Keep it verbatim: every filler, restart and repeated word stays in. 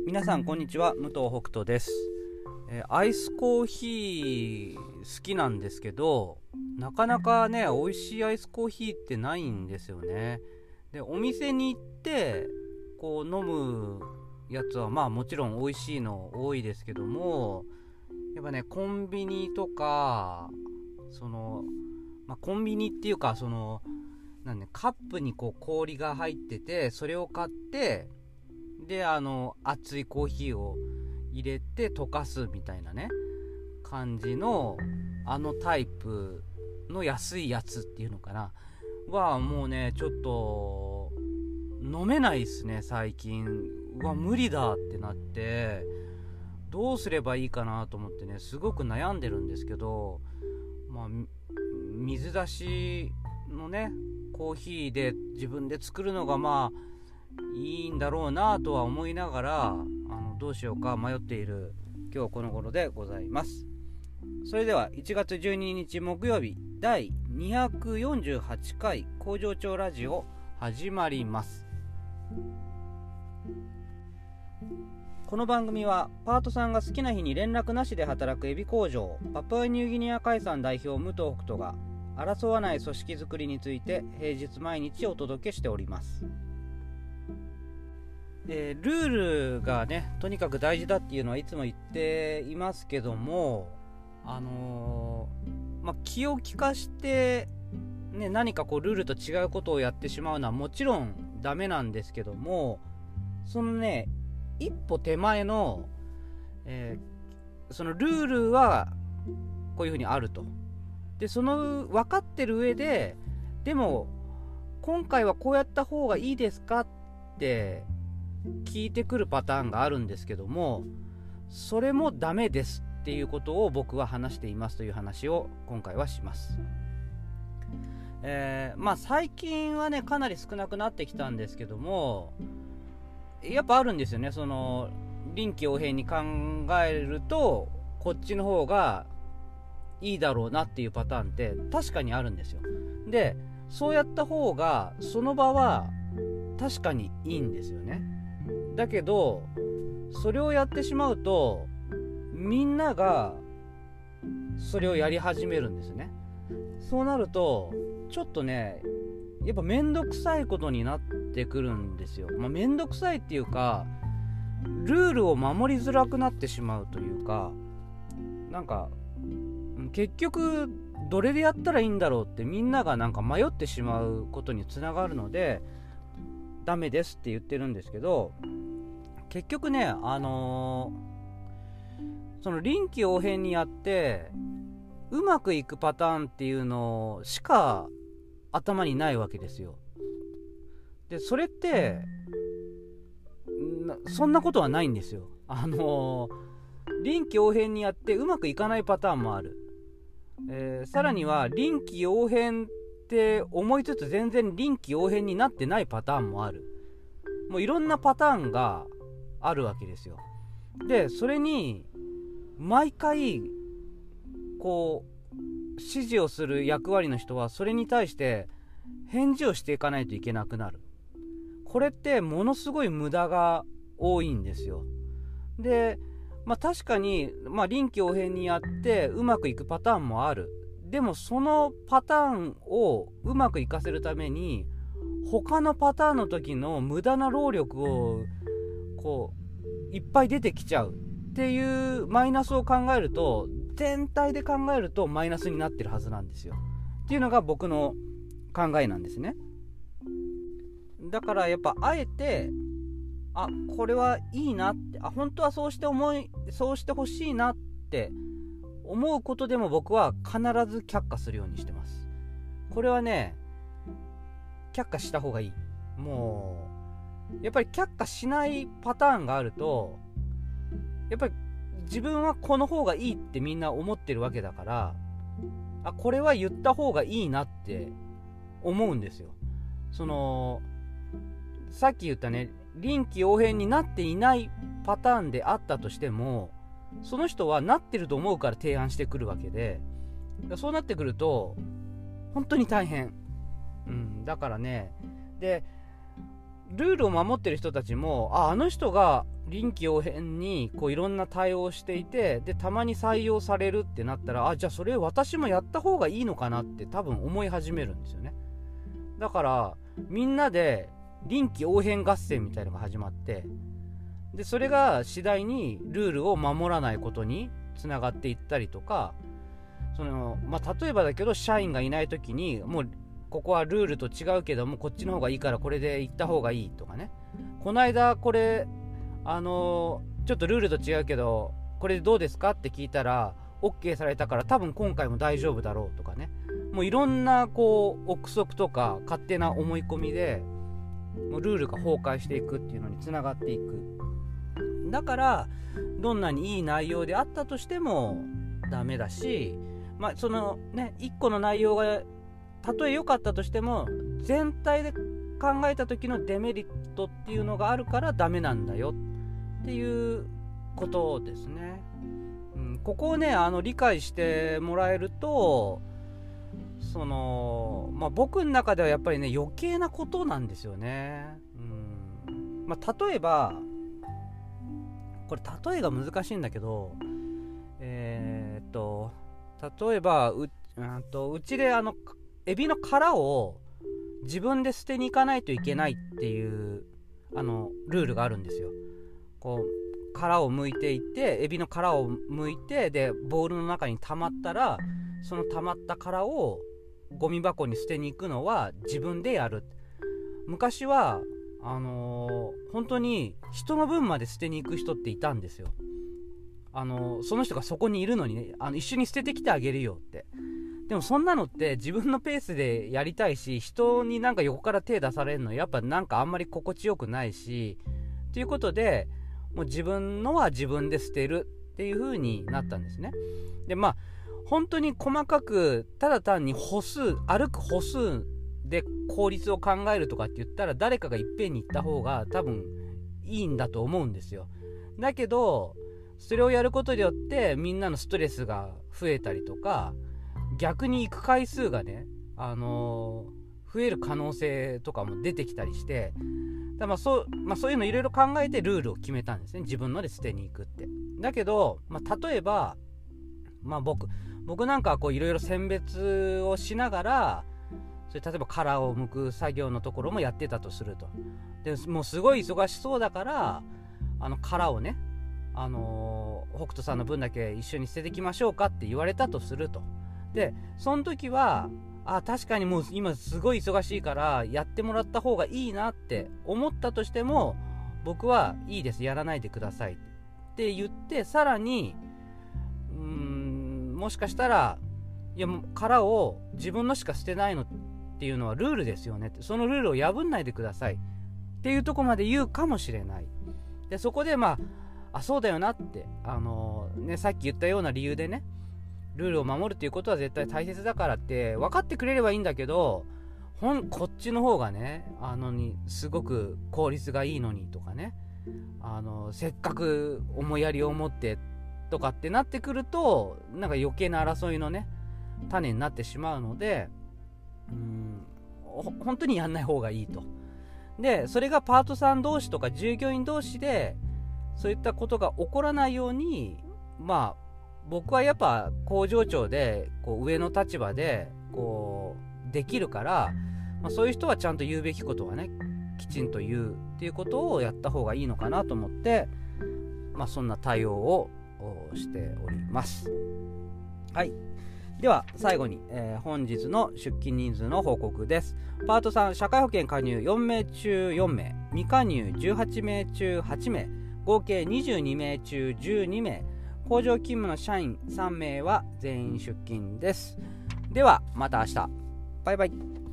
皆さんこんにちは、武藤北斗です。えーアイスコーヒー好きなんですけど、なかなかね美味しいアイスコーヒーってないんですよね。でお店に行ってこう飲むやつはまあもちろん美味しいの多いですけども、やっぱねコンビニとかその、まあ、コンビニっていうかそのなんでカップにこう氷が入ってて、それを買ってであの熱いコーヒーを入れて溶かすみたいなね感じのあのタイプの安いやつっていうのかなはもうねちょっと飲めないですね最近。うわ無理だってなって、どうすればいいかなと思ってねすごく悩んでるんですけど、まあ水出しのねコーヒーで自分で作るのがまあいいんだろうなとは思いながら、あのどうしようか迷っている今日この頃でございます。それではいちがつじゅうににち木曜日だいにひゃくよんじゅうはちかい工場長ラジオ始まります。この番組はパートさんが好きな日に連絡なしで働くエビ工場パプアニューギニア海産代表武藤北斗が争わない組織づくりについて平日毎日お届けしております。でルールがねとにかく大事だっていうのはいつも言っていますけども、あのーまあ、気を利かして、ね、何かこうルールと違うことをやってしまうのはもちろんダメなんですけども、そのね一歩手前の、えー、そのルールはこういうふうにあると。でその分かってる上ででも今回はこうやった方がいいですかって聞いてくるパターンがあるんですけども、それもダメですっていうことを僕は話していますという話を今回はします。えー、まあ最近はねかなり少なくなってきたんですけども、やっぱあるんですよね。その臨機応変に考えるとこっちの方がいいだろうなっていうパターンって確かにあるんですよ。でそうやった方がその場は確かにいいんですよね。だけどそれをやってしまうとみんながそれをやり始めるんですね。そうなるとちょっとねやっぱめんどくさいことになってくるんですよ。まあ、めんどくさいっていうかルールを守りづらくなってしまうというか、なんか結局どれでやったらいいんだろうってみんながなんか迷ってしまうことにつながるのでダメですって言ってるんですけど、結局ねあのー、その臨機応変にやってうまくいくパターンっていうのしか頭にないわけですよ。でそれってそんなことはないんですよ。あのー、臨機応変にやってうまくいかないパターンもある。えー、さらには臨機応変って思いつつ全然臨機応変になってないパターンもある。もういろんなパターンがあるわけですよ。でそれに毎回こう指示をする役割の人はそれに対して返事をしていかないといけなくなる。これってものすごい無駄が多いんですよ。でまあ確かに、まあ、臨機応変にやってうまくいくパターンもある。でもそのパターンをうまくいかせるために他のパターンの時の無駄な労力をこういっぱい出てきちゃうっていうマイナスを考えると、全体で考えるとマイナスになってるはずなんですよっていうのが僕の考えなんですね。だからやっぱあえてあこれはいいなって、あ本当はそうして思いそうしてほしいなって思うことでも僕は必ず却下するようにしてます。これはね却下した方がいい。もうやっぱり却下しないパターンがあるとやっぱり自分はこの方がいいってみんな思ってるわけだから、あこれは言った方がいいなって思うんですよ。そのさっき言ったね臨機応変になっていないパターンであったとしてもその人はなってると思うから提案してくるわけで、そうなってくると本当に大変、うん、だからねでルールを守ってる人たちも あ, あの人が臨機応変にこういろんな対応をしていて、でたまに採用されるってなったら、あ、じゃあそれ私もやった方がいいのかなって多分思い始めるんですよね。だからみんなで臨機応変合戦みたいなのが始まって、でそれが次第にルールを守らないことにつながっていったりとか、その、まあ、例えばだけど社員がいない時に、もうここはルールと違うけどもこっちの方がいいからこれで行った方がいいとかね、この間これあのー、ちょっとルールと違うけどこれでどうですかって聞いたら OK されたから多分今回も大丈夫だろうとかね、もういろんなこう憶測とか勝手な思い込みでもうルールが崩壊していくっていうのにつながっていく。だからどんなにいい内容であったとしてもダメだし、まあそのねいっこの内容がたとえ良かったとしても全体で考えた時のデメリットっていうのがあるからダメなんだよっていうことですね。うん、ここをねあの理解してもらえると、そのまあ僕の中ではやっぱりね余計なことなんですよね。うん、まあ例えばこれ例えが難しいんだけど、えー、っと例えば う, うんとうちであのエビの殻を自分で捨てに行かないといけないっていうあのルールがあるんですよ。こう殻を剥いていってエビの殻を剥いて、でボウルの中に溜まったらその溜まった殻をゴミ箱に捨てに行くのは自分でやる。昔はあのー、本当に人の分まで捨てに行く人っていたんですよ。あのー、その人がそこにいるのにね、あの一緒に捨ててきてあげるよって。でもそんなのって自分のペースでやりたいし、人になんか横から手出されるのやっぱなんかあんまり心地よくないしということで、もう自分のは自分で捨てるっていう風になったんですね。でまあ本当に細かくただ単に歩数歩く歩数で効率を考えるとかって言ったら誰かがいっぺんに行った方が多分いいんだと思うんですよ。だけどそれをやることによってみんなのストレスが増えたりとか、逆に行く回数がね、あのー、増える可能性とかも出てきたりして、だまあそう、まあ、そういうのいろいろ考えてルールを決めたんですね。自分ので捨てに行くって。だけど、まあ、例えば、まあ、僕僕なんかはこういろいろ選別をしながら、それ例えば殻を剥く作業のところもやってたとすると。でもうすごい忙しそうだからあの殻をね、あのー、北斗さんの分だけ一緒に捨ててきましょうかって言われたとすると。でその時はあ確かにもう今すごい忙しいからやってもらった方がいいなって思ったとしても、僕はいいですやらないでくださいって言って、さらにうーんもしかしたらいや殻を自分のしか捨てないのっていうのはルールですよねって、そのルールを破んないでくださいっていうところまで言うかもしれない。でそこでまああそうだよなって、あのー、ねさっき言ったような理由でね、ルールを守るっていうことは絶対大切だからって分かってくれればいいんだけど、ほんこっちの方がねあのにすごく効率がいいのにとかね、あのせっかく思いやりを持ってとかってなってくると、なんか余計な争いのね種になってしまうので、うーん本当にやんない方がいいと。でそれがパートさん同士とか従業員同士でそういったことが起こらないように、まあ僕はやっぱ工場長でこう上の立場でこうできるから、まあ、そういう人はちゃんと言うべきことはねきちんと言うっていうことをやった方がいいのかなと思って、まあ、そんな対応をしております。はい、では最後に、えー、本日の出勤人数の報告です。パートさん社会保険加入よんめい中よんめい、未加入じゅうはちめい中はちめい、合計にじゅうにめい中じゅうにめい、工場勤務の社員さんめいは全員出勤です。ではまた明日。バイバイ。